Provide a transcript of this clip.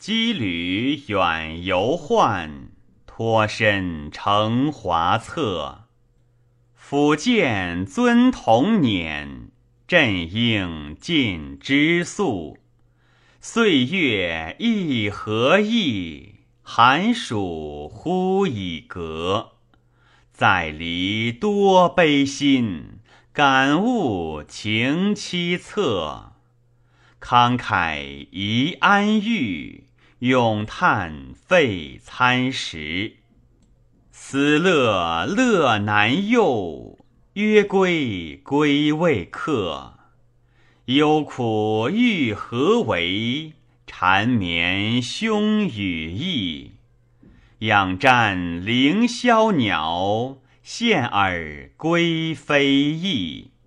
羁旅远游宦，脱身成华策。辅见尊童辇，振应尽之粟。岁月亦何异，寒暑忽已隔。在离多悲心，感悟情凄恻。慷慨宜安寓，咏叹费餐食。思乐乐难诱，约归归未克。忧苦欲何为？缠绵凶羽翼。仰战凌霄鸟，现尔归非翼。